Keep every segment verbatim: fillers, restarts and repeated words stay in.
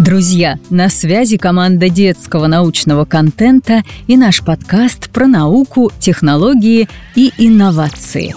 Друзья, на связи команда детского научного контента и наш подкаст про науку, технологии и инновации.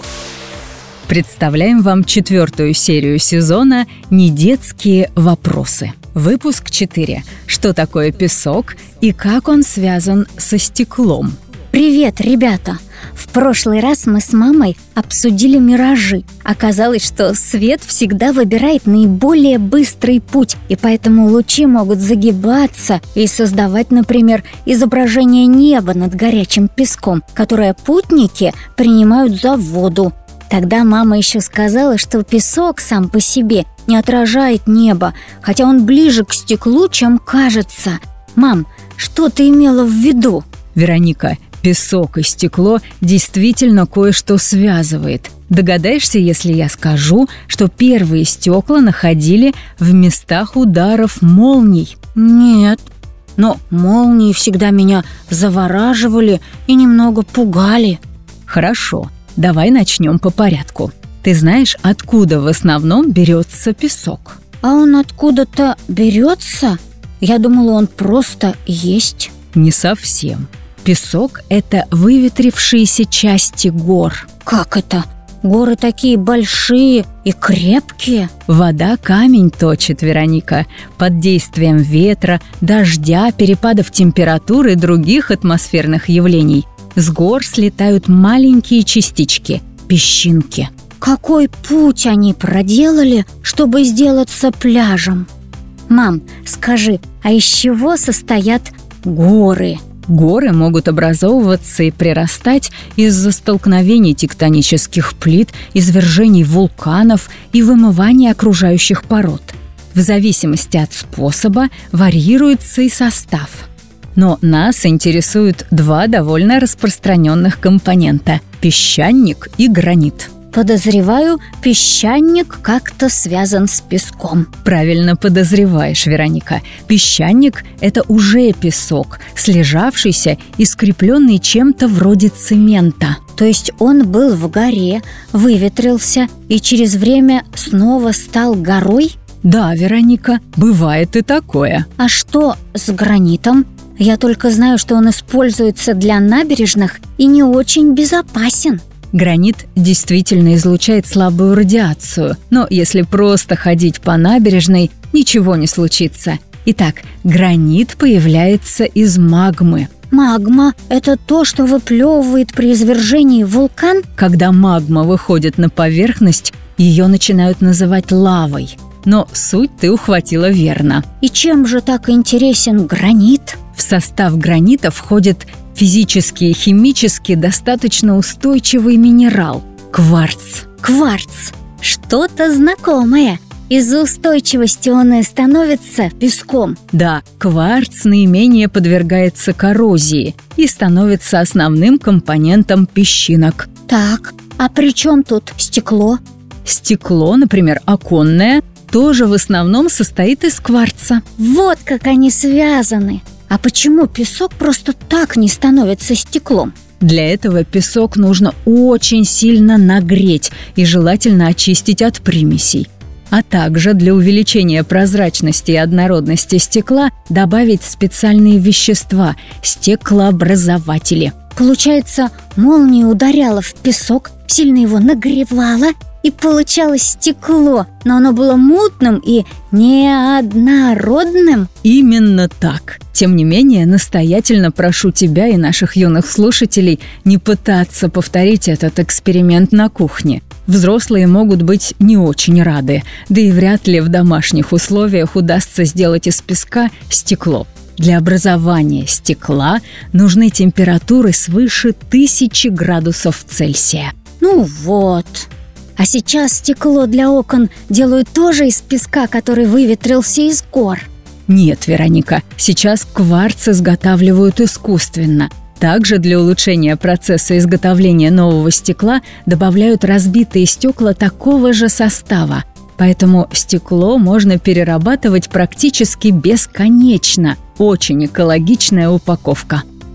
Представляем вам четвертую серию сезона «Недетские вопросы». Выпуск четыре. Что такое песок и как он связан со стеклом? Привет, ребята! В прошлый раз мы с мамой обсудили миражи. Оказалось, что свет всегда выбирает наиболее быстрый путь, и поэтому лучи могут загибаться и создавать, например, изображение неба над горячим песком, которое путники принимают за воду. Тогда мама еще сказала, что песок сам по себе не отражает небо, хотя он ближе к стеклу, чем кажется. Мам, что ты имела в виду? Вероника, песок и стекло действительно кое-что связывает. Догадаешься, если я скажу, что первые стекла находили в местах ударов молний? Нет, но молнии всегда меня завораживали и немного пугали. Хорошо, давай начнем по порядку. Ты знаешь, откуда в основном берется песок? А он откуда-то берется? Я думала, он просто есть. Не совсем. Песок – это выветрившиеся части гор. Как это? Горы такие большие и крепкие? Вода камень точит, Вероника. Под действием ветра, дождя, перепадов температуры и других атмосферных явлений с гор слетают маленькие частички – песчинки. Какой путь они проделали, чтобы сделаться пляжем? Мам, скажи, а из чего состоят горы? Горы могут образовываться и прирастать из-за столкновений тектонических плит, извержений вулканов и вымывания окружающих пород. В зависимости от способа варьируется и состав. Но нас интересуют два довольно распространенных компонента – песчаник и гранит. Подозреваю, песчаник как-то связан с песком. Правильно подозреваешь, Вероника. Песчаник – это уже песок, слежавшийся и скрепленный чем-то вроде цемента. То есть он был в горе, выветрился и через время снова стал горой? Да, Вероника, бывает и такое. А что с гранитом? Я только знаю, что он используется для набережных и не очень безопасен. Гранит действительно излучает слабую радиацию, но если просто ходить по набережной, ничего не случится. Итак, гранит появляется из магмы. Магма – это то, что выплевывает при извержении вулкан? Когда магма выходит на поверхность, ее начинают называть лавой. Но суть ты ухватила верно. И чем же так интересен гранит? В состав гранита входит физически и химически достаточно устойчивый минерал – кварц. Кварц. Что-то знакомое. Из-за устойчивости он и становится песком. Да, кварц наименее подвергается коррозии и становится основным компонентом песчинок. Так, а при чем тут стекло? Стекло, например, оконное, тоже в основном состоит из кварца. Вот как они связаны. А почему песок просто так не становится стеклом? Для этого песок нужно очень сильно нагреть и желательно очистить от примесей. А также для увеличения прозрачности и однородности стекла добавить специальные вещества – стеклообразователи. Получается, молния ударяла в песок, сильно его нагревала, и получалось стекло, но оно было мутным и неоднородным? Именно так. Тем не менее, настоятельно прошу тебя и наших юных слушателей не пытаться повторить этот эксперимент на кухне. Взрослые могут быть не очень рады, да и вряд ли в домашних условиях удастся сделать из песка стекло. Для образования стекла нужны температуры свыше тысячи градусов Цельсия. Ну вот. А сейчас стекло для окон делают тоже из песка, который выветрился из гор? Нет, Вероника, сейчас кварц изготавливают искусственно. Также для улучшения процесса изготовления нового стекла добавляют разбитые стекла такого же состава. Поэтому стекло можно перерабатывать практически бесконечно. Очень экологичная упаковка.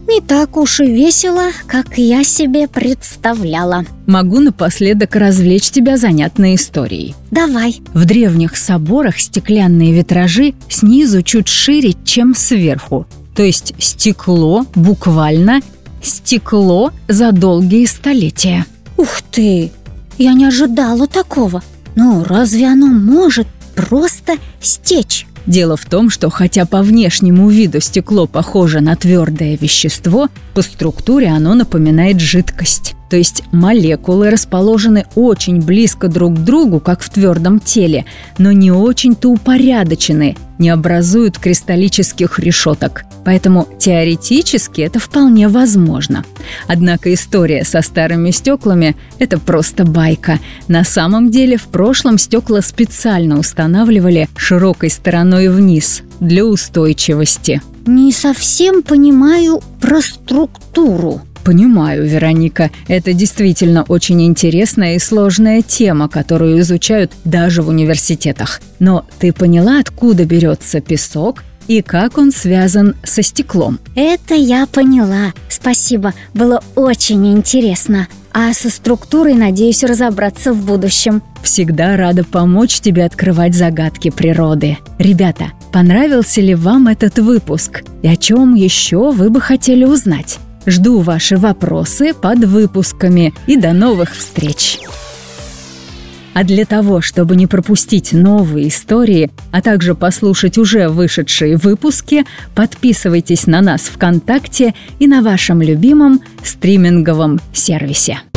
Не так уж и весело, как я себе представляла. Могу напоследок развлечь тебя занятной историей. Давай. В древних соборах стеклянные витражи снизу чуть шире, чем сверху. То есть стекло буквально стекло за долгие столетия. Ух ты! Я не ожидала такого. Ну, разве оно может просто стечь? Дело в том, что хотя по внешнему виду стекло похоже на твердое вещество, по структуре оно напоминает жидкость. То есть молекулы расположены очень близко друг к другу, как в твердом теле, но не очень-то упорядочены, не образуют кристаллических решеток. Поэтому теоретически это вполне возможно. Однако история со старыми стеклами – это просто байка. На самом деле в прошлом стекла специально устанавливали широкой стороной вниз для устойчивости. Не совсем понимаю про структуру. Понимаю, Вероника, это действительно очень интересная и сложная тема, которую изучают даже в университетах. Но ты поняла, откуда берется песок и как он связан со стеклом? Это я поняла. Спасибо, было очень интересно. А со структурой надеюсь разобраться в будущем. Всегда рада помочь тебе открывать загадки природы. Ребята, понравился ли вам этот выпуск? И о чем еще вы бы хотели узнать? Жду ваши вопросы под выпусками и до новых встреч! А для того, чтобы не пропустить новые истории, а также послушать уже вышедшие выпуски, подписывайтесь на нас ВКонтакте и на вашем любимом стриминговом сервисе.